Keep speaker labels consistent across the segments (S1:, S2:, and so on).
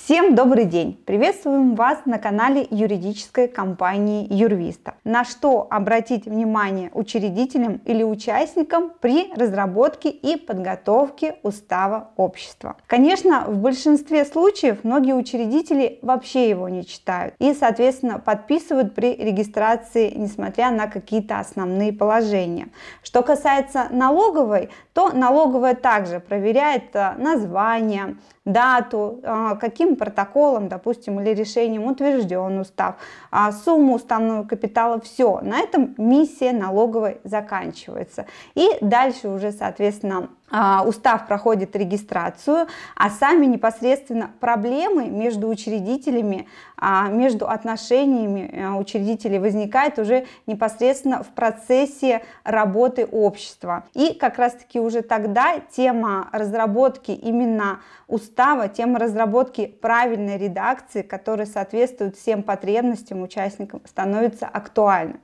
S1: Всем добрый день! Приветствуем вас на канале юридической компании Юрвиста. На что обратить внимание учредителям или участникам при разработке и подготовке устава общества? Конечно, в большинстве случаев многие учредители вообще его не читают и, соответственно, подписывают при регистрации, несмотря на какие-то основные положения. Что касается налоговой, то налоговая также проверяет название, дату, каким протоколом, допустим, или решением утвержден устав, сумму уставного капитала, все. На этом миссия налоговой заканчивается. И дальше уже, соответственно, устав проходит регистрацию, а сами непосредственно проблемы между учредителями, между отношениями учредителей возникают уже непосредственно в процессе работы общества. И как раз-таки уже тогда тема разработки именно устава, тема разработки правильной редакции, которая соответствует всем потребностям участникам, становится актуальной.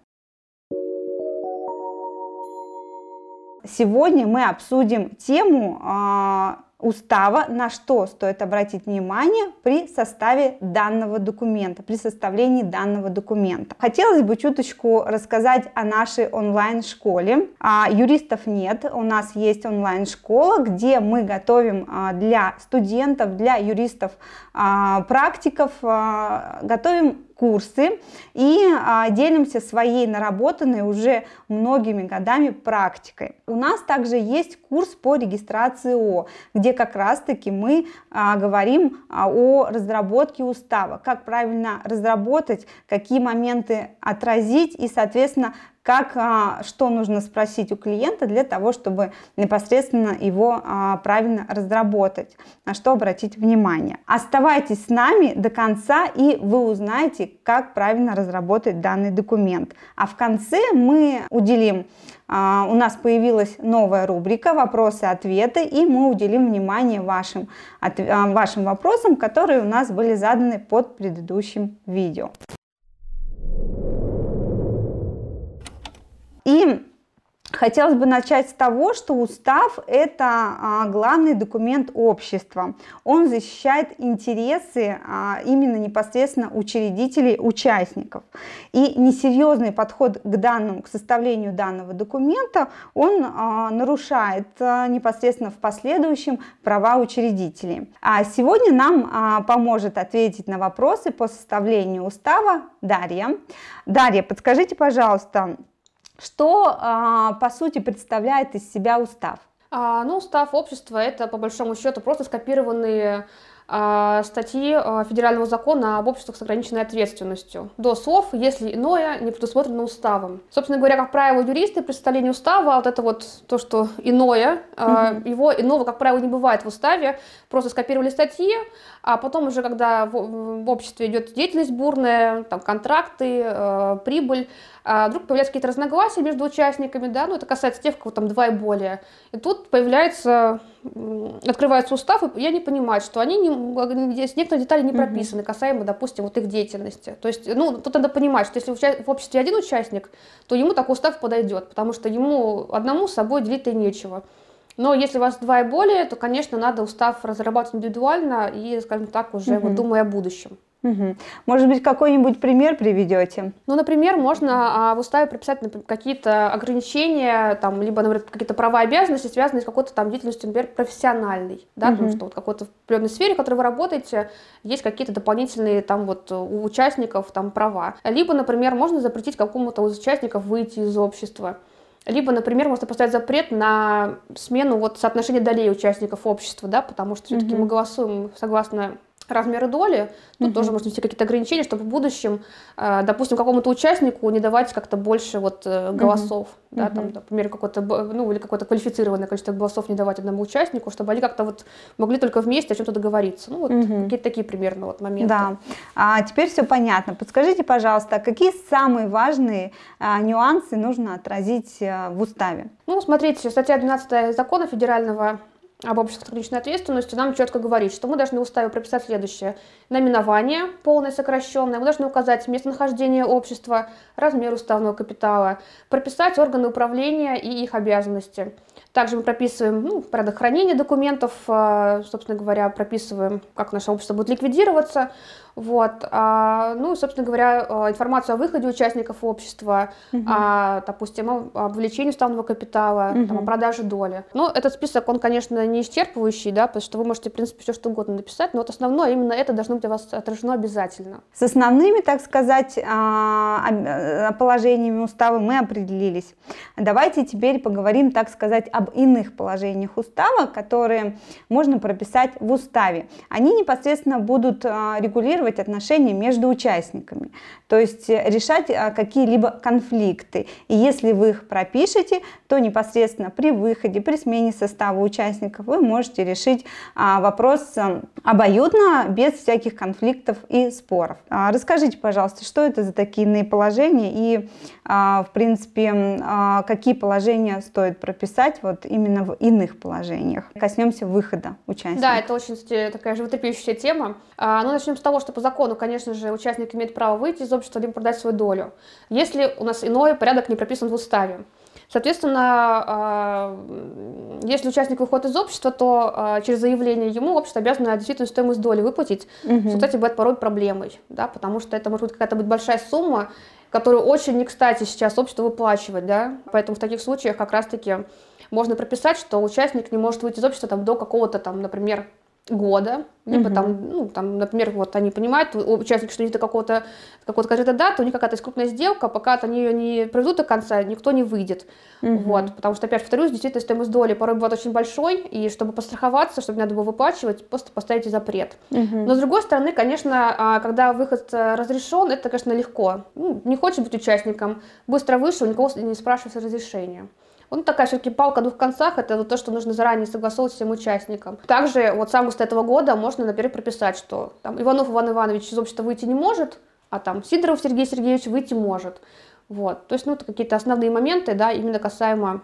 S1: Сегодня мы обсудим тему устава, на что стоит обратить внимание при составе данного документа, при составлении данного документа. Хотелось бы чуточку рассказать о нашей онлайн-школе. Юристов нет, у нас есть онлайн-школа, где мы готовим для студентов, для юристов, практиков, готовим курсы и делимся своей наработанной уже многими годами практикой. У нас также есть курс по регистрации ООО, где как раз-таки мы говорим о разработке устава, как правильно разработать, какие моменты отразить и, соответственно, что нужно спросить у клиента для того, чтобы непосредственно его правильно разработать, на что обратить внимание. Оставайтесь с нами до конца, и вы узнаете, как правильно разработать данный документ. А в конце мы уделим, у нас появилась новая рубрика «Вопросы-ответы», и мы уделим внимание вашим вопросам, которые у нас были заданы под предыдущим видео. И хотелось бы начать с того, что устав – это главный документ общества. Он защищает интересы именно непосредственно учредителей, участников. И несерьезный подход к составлению данного документа, он нарушает непосредственно в последующем права учредителей. А сегодня нам поможет ответить на вопросы по составлению устава Дарья. Дарья, подскажите, пожалуйста, что, по сути, представляет из себя устав?
S2: Устав общества – это, по большому счету, просто скопированные статьи Федерального закона об обществах с ограниченной ответственностью. До слов «если иное не предусмотрено уставом». Собственно говоря, как правило, юристы при составлении устава, вот это вот то, что иное, его иного, как правило, не бывает в уставе, просто скопировали статьи, а потом уже, когда в обществе идет деятельность бурная, там контракты, прибыль, вдруг появляются какие-то разногласия между участниками, да, это касается тех, у кого там 2 и более. И тут открывается устав, и они понимают, что здесь некоторые детали не прописаны, касаемо, допустим, вот их деятельности. То есть, тут надо понимать, что если в обществе один участник, то ему такой устав подойдет, потому что ему одному с собой делить-то нечего. Но если у вас 2 и более, то, конечно, надо устав разрабатывать индивидуально и, скажем так, уже думая о будущем.
S1: Может быть, какой-нибудь пример приведете?
S2: Например, можно в уставе прописать какие-то ограничения, либо, например, какие-то права и обязанности, связанные с какой-то там деятельностью, например, профессиональной, да, потому что в какой-то определенной сфере, в которой вы работаете, есть какие-то дополнительные у участников права. Либо, например, можно запретить какому-то из участников выйти из общества. Либо, например, можно поставить запрет на смену соотношения долей участников общества, да, потому что все-таки мы голосуем согласно размеры доли, тут тоже можно ввести какие-то ограничения, чтобы в будущем, допустим, какому-то участнику не давать как-то больше голосов, да, например, или какое-то квалифицированное количество голосов не давать одному участнику, чтобы они как-то могли только вместе о чем-то договориться. Какие-то такие примерно моменты.
S1: Да. Теперь все понятно. Подскажите, пожалуйста, какие самые важные нюансы нужно отразить в уставе?
S2: Смотрите, статья 12 закона федерального об обществах с ограниченной ответственностью нам четко говорит, что мы должны в уставе прописать следующее. Наименование, полное, сокращенное. Мы должны указать местонахождение общества, размер уставного капитала, прописать органы управления и их обязанности. Также мы прописываем порядок хранения документов, собственно говоря, прописываем, как наше общество будет ликвидироваться. Вот. Ну и, собственно говоря, информацию о выходе участников общества, допустим, о вовлечении уставного капитала, там, о продаже доли. Но этот список, он, конечно, не исчерпывающий, да, потому что вы можете, в принципе, все что угодно написать, но вот основное, именно это должно быть у вас отражено обязательно.
S1: С основными, так сказать, положениями устава мы определились. Давайте теперь поговорим, так сказать, об иных положениях устава, которые можно прописать в уставе. Они непосредственно будут регулировать отношения между участниками, то есть решать какие-либо конфликты. И если вы их пропишете, то непосредственно при выходе, при смене состава участников вы можете решить вопрос обоюдно, без всяких конфликтов и споров. Расскажите, пожалуйста, что это за такие иные положения и, в принципе, какие положения стоит прописать вот именно в иных положениях. Коснемся выхода участников.
S2: Да, это очень, кстати, такая животрепещущая тема. Ну, начнем с того, что по закону, конечно же, участник имеет право выйти из общества либо продать свою долю, если у нас иной порядок не прописан в уставе. Соответственно, если участник выходит из общества, то через заявление ему общество обязано действительно стоимость доли выплатить, что, кстати, бывает порой проблемой, да, потому что это может быть какая-то большая сумма, которую очень не кстати сейчас обществу выплачивать, да, поэтому в таких случаях как раз-таки можно прописать, что участник не может выйти из общества там, до какого-то там, например, года, либо там, например, вот они понимают, участник, что до какой-то даты, у них какая-то крупная сделка, пока они ее не проведут до конца, никто не выйдет. Вот, потому что, опять повторюсь, действительно стоимость доли порой бывает очень большой, и чтобы постраховаться, чтобы не надо было выплачивать, просто поставите запрет. Но с другой стороны, конечно, когда выход разрешен, это, конечно, легко. Не хочешь быть участником, быстро вышел, никого не спрашивается разрешения. Вот такая все-таки палка о двух концах, это вот то, что нужно заранее согласовывать всем участникам. Также вот с августа этого года можно, например, прописать, что там, Иванов Иван Иванович из общества выйти не может, а там Сидоров Сергей Сергеевич выйти может. Вот. То есть, ну, какие-то основные моменты, да, именно касаемо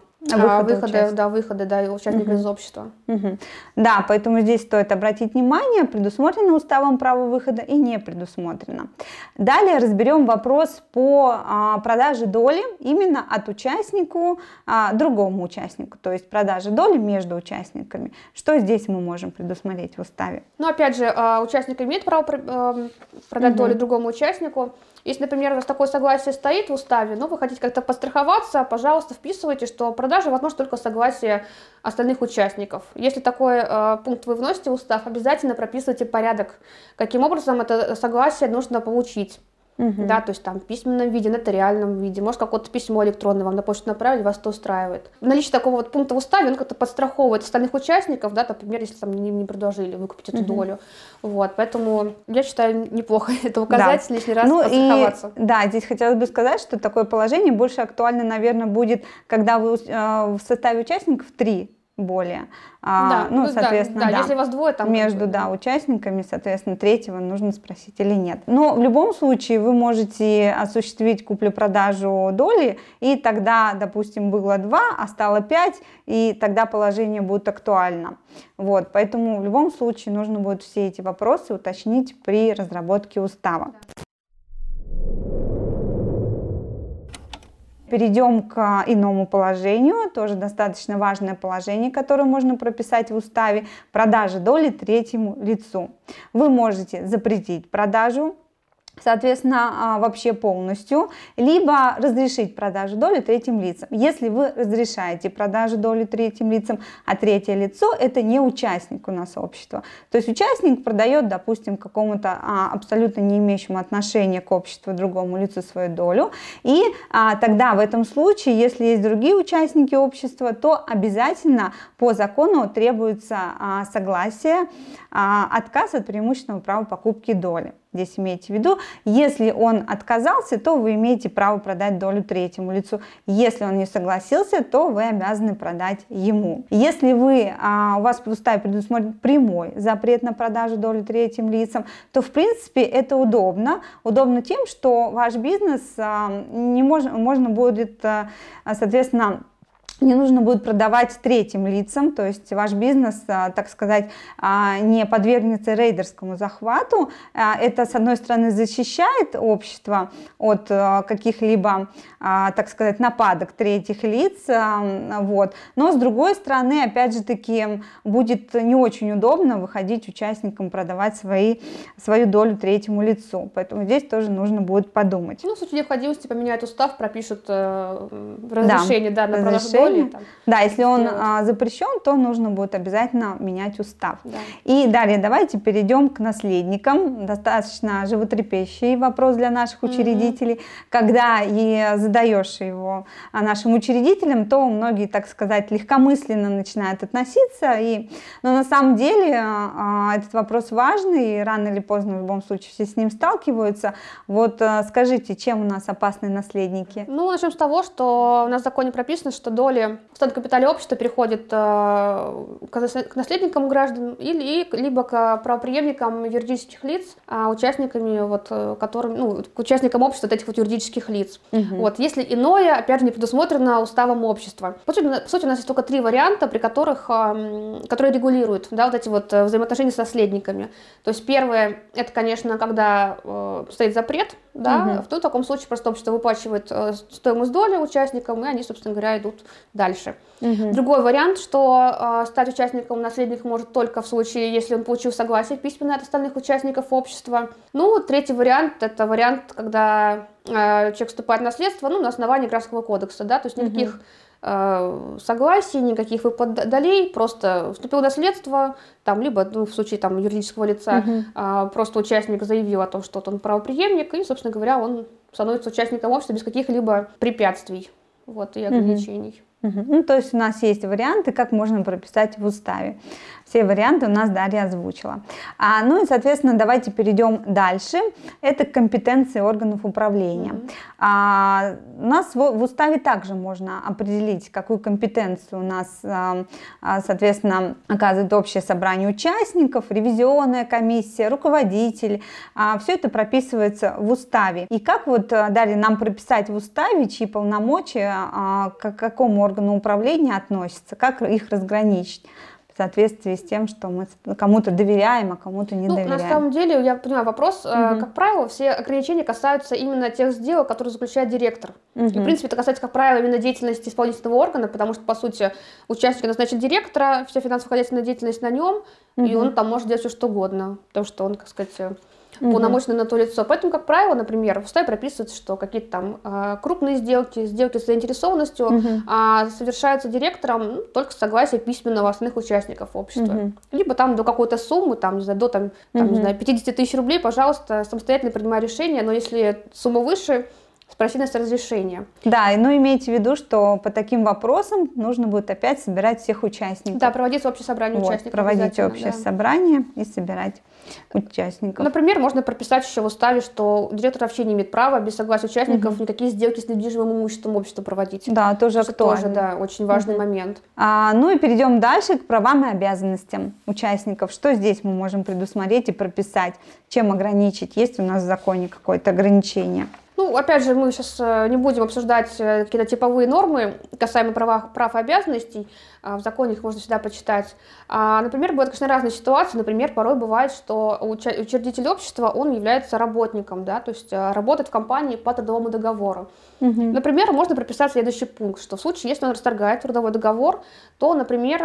S2: выхода участника из общества.
S1: Да, поэтому здесь стоит обратить внимание, предусмотрено уставом право выхода и не предусмотрено. Далее разберем вопрос по продаже доли именно от участника другому участнику, то есть продажа доли между участниками. Что здесь мы можем предусмотреть в уставе?
S2: Ну, опять же, участник имеет право продать долю другому участнику. Если, например, у вас такое согласие стоит в уставе, но вы хотите как-то подстраховаться, пожалуйста, вписывайте, что продажа возможна только согласие остальных участников. Если такой пункт вы вносите в устав, обязательно прописывайте порядок, каким образом это согласие нужно получить. Да, то есть там в письменном виде, нотариальном виде, может какое-то письмо электронное вам на почту направили, вас это устраивает. Наличие такого вот пункта в уставе, он как-то подстраховывает остальных участников, да, например, если там не предложили выкупить эту долю. Вот, поэтому я считаю, неплохо это указать, лишний раз подстраховаться.
S1: Да, здесь хотелось бы сказать, что такое положение больше актуально, наверное, будет, когда вы в составе участников 3 более. Соответственно,
S2: если вас двое, там
S1: между участниками, соответственно, третьего нужно спросить или нет. Но в любом случае вы можете осуществить куплю-продажу доли, и тогда, допустим, было 2, а стало 5, и тогда положение будет актуально. Вот, поэтому в любом случае нужно будет все эти вопросы уточнить при разработке устава. Перейдем к иному положению, тоже достаточно важное положение, которое можно прописать в уставе, продажа доли третьему лицу. Вы можете запретить продажу, соответственно, вообще полностью, либо разрешить продажу доли третьим лицам. Если вы разрешаете продажу доли третьим лицам, а третье лицо – это не участник у нас общества. То есть участник продает, допустим, какому-то абсолютно не имеющему отношения к обществу другому лицу свою долю, и тогда в этом случае, если есть другие участники общества, то обязательно по закону требуется согласие, отказ от преимущественного права покупки доли. Здесь имейте в виду, если он отказался, то вы имеете право продать долю третьему лицу. Если он не согласился, то вы обязаны продать ему. Если у вас в уставе предусмотрен прямой запрет на продажу доли третьим лицам, то в принципе это удобно. Удобно тем, что ваш бизнес можно будет, соответственно, не нужно будет продавать третьим лицам, то есть ваш бизнес, так сказать, не подвергнется рейдерскому захвату. Это, с одной стороны, защищает общество от каких-либо, так сказать, нападок третьих лиц, вот. Но, с другой стороны, опять же таки, будет не очень удобно выходить участникам, продавать свою долю третьему лицу, поэтому здесь тоже нужно будет подумать.
S2: Ну, в случае необходимости поменяют устав, пропишут разрешение, на продажу
S1: разрешение.
S2: доли.
S1: Да, если он запрещен, то нужно будет обязательно менять устав.
S2: Да.
S1: И далее давайте перейдем к наследникам. Достаточно животрепещущий вопрос для наших учредителей. Когда и задаешь его нашим учредителям, то многие, так сказать, легкомысленно начинают относиться. Но на самом деле этот вопрос важный, и рано или поздно в любом случае все с ним сталкиваются. Вот скажите, чем у нас опасны наследники?
S2: Ну, начнем с того, что у нас в законе прописано, что доли в остаток капитале общества переходит к наследникам граждан либо к правопреемникам юридических лиц, участниками, к участникам общества вот этих вот юридических лиц. Вот, если иное, опять же, не предусмотрено уставом общества. По сути, у нас есть только 3 варианта, которые регулируют, вот эти вот взаимоотношения с наследниками. То есть первое, это, конечно, когда стоит запрет, в таком случае просто общество выплачивает стоимость доли участникам, и они, собственно говоря, идут дальше. Другой вариант, что стать участником наследник может только в случае, если он получил согласие письменное от остальных участников общества. Ну, третий вариант, это вариант, когда человек вступает в наследство, на основании Гражданского кодекса, то есть никаких согласий, никаких выплат долей, просто вступил в наследство, либо в случае юридического лица просто участник заявил о том, что он правопреемник, и, собственно говоря, он становится участником общества без каких-либо препятствий и ограничений.
S1: Ну, то есть у нас есть варианты, как можно прописать в уставе. Все варианты у нас Дарья озвучила. Ну и, соответственно, давайте перейдем дальше. Это компетенции органов управления. У нас в уставе также можно определить, какую компетенцию у нас, соответственно, оказывает общее собрание участников, ревизионная комиссия, руководитель. Все это прописывается в уставе. И как Дарья, нам прописать в уставе, чьи полномочия к какому органу управления относятся, как их разграничить в соответствии с тем, что мы кому-то доверяем, а кому-то не доверяем.
S2: На самом деле, я понимаю вопрос, как правило, все ограничения касаются именно тех сделок, которые заключает директор. И, в принципе, это касается, как правило, именно деятельности исполнительного органа, потому что, по сути, участник назначит директора, вся финансово-хозяйственная деятельность на нем, и он там может делать все что угодно, потому что он, так сказать, полномочный на то лицо. Поэтому, как правило, например, в уставе прописывается, что какие-то крупные сделки с заинтересованностью совершаются директором только с согласия письменного остальных участников общества. Либо до какой-то суммы, до 50 тысяч рублей, пожалуйста, самостоятельно принимай решение, но если сумма выше, спроси нас разрешения.
S1: Да, но имейте в виду, что по таким вопросам нужно будет опять собирать всех участников.
S2: Да, проводить общее собрание участников.
S1: Проводить общее собрание и собирать участников.
S2: Например, можно прописать еще в уставе, что директор вообще не имеет права без согласия участников никакие сделки с недвижимым имуществом общества проводить.
S1: Да, тоже актуально.
S2: Тоже, очень важный момент.
S1: Ну и перейдем дальше к правам и обязанностям участников. Что здесь мы можем предусмотреть и прописать? Чем ограничить? Есть у нас в законе какое-то ограничение?
S2: Опять же, мы сейчас не будем обсуждать какие-то типовые нормы касаемо прав и обязанностей. В законе их можно всегда почитать. Например, бывают, конечно, разные ситуации. Например, порой бывает, что учредитель общества, он является работником, то есть работает в компании по трудовому договору. Например, можно прописать следующий пункт, что в случае, если он расторгает трудовой договор, то, например,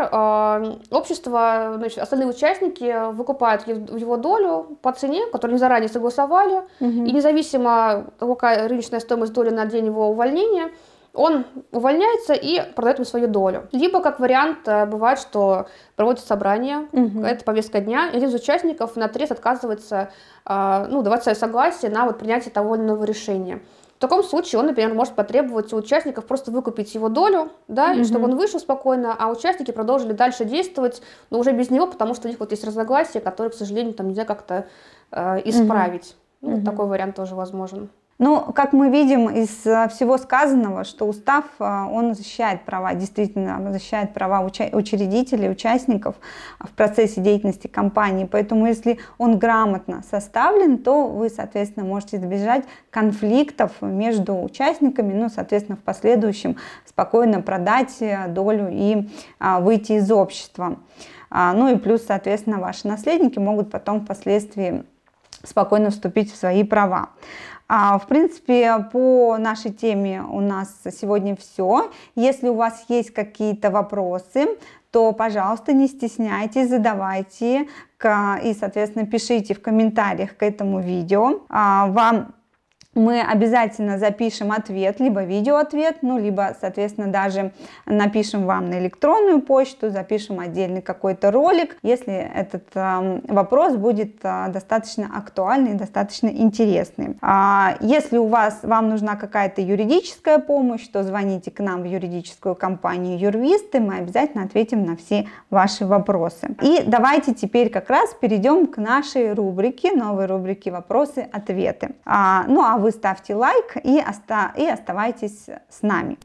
S2: общество, остальные участники выкупают его долю по цене, которую они заранее согласовали, и независимо от того, какая рыночная стоимость доли на день его увольнения, он увольняется и продает ему свою долю. Либо, как вариант, бывает, что проводят собрание, это повестка дня, и один из участников наотрез отказывается давать свое согласие на принятие того или иного решения. В таком случае он, например, может потребовать у участников просто выкупить его долю, и чтобы он вышел спокойно, а участники продолжили дальше действовать, но уже без него, потому что у них есть разногласия, которые, к сожалению, нельзя как-то исправить. Такой вариант тоже возможен.
S1: Ну, как мы видим из всего сказанного, что устав, он защищает права, действительно защищает права учредителей, участников в процессе деятельности компании. Поэтому, если он грамотно составлен, то вы, соответственно, можете избежать конфликтов между участниками, ну, соответственно, в последующем спокойно продать долю и выйти из общества. Ну и плюс, соответственно, ваши наследники могут потом впоследствии спокойно вступить в свои права. В принципе, по нашей теме у нас сегодня все. Если у вас есть какие-то вопросы, то, пожалуйста, не стесняйтесь, задавайте и, соответственно, пишите в комментариях к этому видео. Мы обязательно запишем ответ, либо видеоответ, ну, либо, соответственно, даже напишем вам на электронную почту, запишем отдельный какой-то ролик, если этот вопрос будет достаточно актуальный, достаточно интересный. Если вам нужна какая-то юридическая помощь, то звоните к нам в юридическую компанию Юрвисты, мы обязательно ответим на все ваши вопросы. И давайте теперь как раз перейдем к нашей рубрике, новой рубрике «Вопросы-ответы». Ну, а вы ставьте лайк и оставайтесь с нами.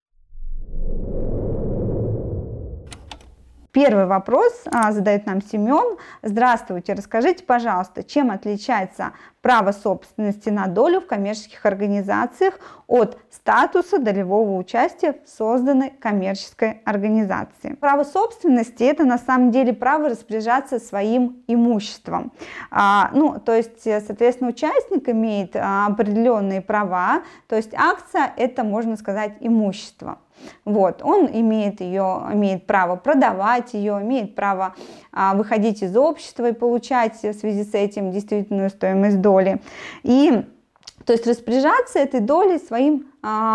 S1: Первый вопрос задает нам Семен. Здравствуйте, расскажите, пожалуйста, чем отличается право собственности на долю в коммерческих организациях от статуса долевого участия в созданной коммерческой организации? Право собственности – это на самом деле право распоряжаться своим имуществом. Ну, то есть, соответственно, участник имеет определенные права, то есть акция – это, можно сказать, имущество. Вот, он имеет право продавать ее, имеет право выходить из общества и получать в связи с этим действительную стоимость доли. И, то есть, распоряжаться этой долей своим,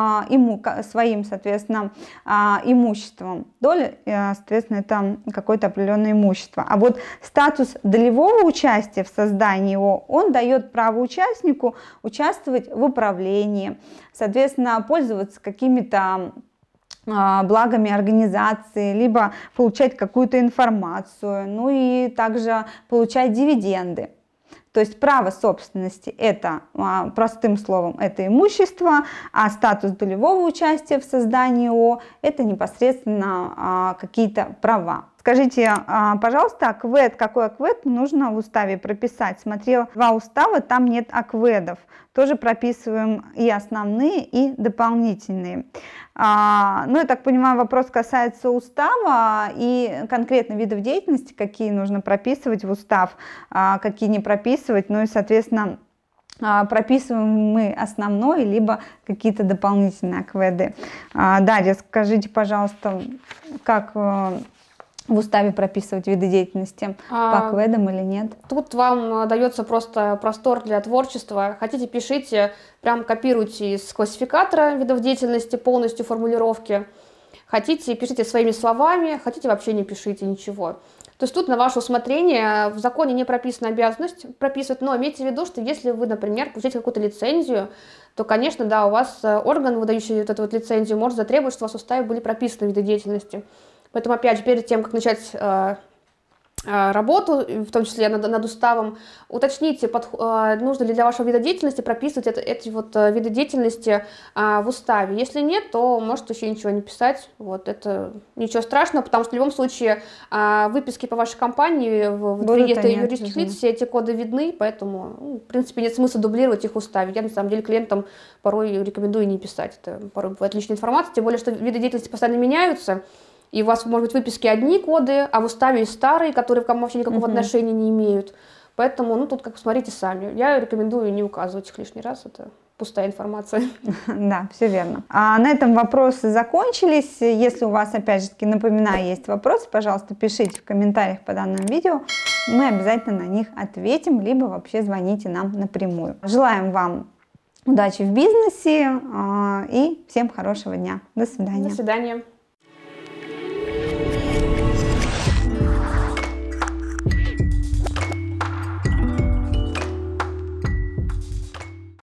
S1: соответственно, имуществом. Доля, соответственно, это какое-то определенное имущество. А вот статус долевого участия в создании его, он дает право участнику участвовать в управлении, соответственно, пользоваться какими-то благами организации, либо получать какую-то информацию, ну и также получать дивиденды. То есть право собственности – это, простым словом, это имущество, а статус долевого участия в создании ООО – это непосредственно какие-то права. Скажите, пожалуйста, АКВЭД, какой АКВЭД нужно в уставе прописать? Смотрела 2 устава, там нет АКВЭДов. Тоже прописываем и основные, и дополнительные. Ну, я так понимаю, вопрос касается устава и конкретно видов деятельности, какие нужно прописывать в устав, какие не прописывать. Ну и, соответственно, прописываем мы основной, либо какие-то дополнительные АКВЭДы. Дарья, скажите, пожалуйста, как в уставе прописывать виды деятельности по АКВЭДам или нет?
S2: Тут вам дается просто простор для творчества. Хотите, пишите, прям копируйте из классификатора видов деятельности полностью формулировки. Хотите, пишите своими словами, хотите, вообще не пишите ничего. То есть тут на ваше усмотрение, в законе не прописана обязанность прописывать, но имейте в виду, что если вы, например, получаете какую-то лицензию, то, конечно, да, у вас орган, выдающий вот эту вот лицензию, может затребовать, что у вас в уставе были прописаны виды деятельности. Поэтому, опять же, перед тем, как начать работу, в том числе над уставом, уточните, нужно ли для вашего вида деятельности прописывать эти вот виды деятельности в уставе. Если нет, то можете еще ничего не писать. Вот, это ничего страшного, потому что в любом случае выписки по вашей компании в реестре юридических лиц, все эти коды видны, поэтому, в принципе, нет смысла дублировать их в уставе. Я, на самом деле, клиентам порой рекомендую не писать. Это порой бывает лишняя информация, тем более, что виды деятельности постоянно меняются. И у вас, может быть, в выписке одни коды, а в уставе старые, которые к вам вообще никакого отношения не имеют. Поэтому, ну, тут как посмотрите сами. Я рекомендую не указывать их лишний раз, это пустая информация.
S1: Да, все верно. На этом вопросы закончились. Если у вас, опять же таки, напоминаю, есть вопросы, пожалуйста, пишите в комментариях по данному видео. Мы обязательно на них ответим, либо вообще звоните нам напрямую. Желаем вам удачи в бизнесе и всем хорошего дня. До свидания.
S2: До свидания.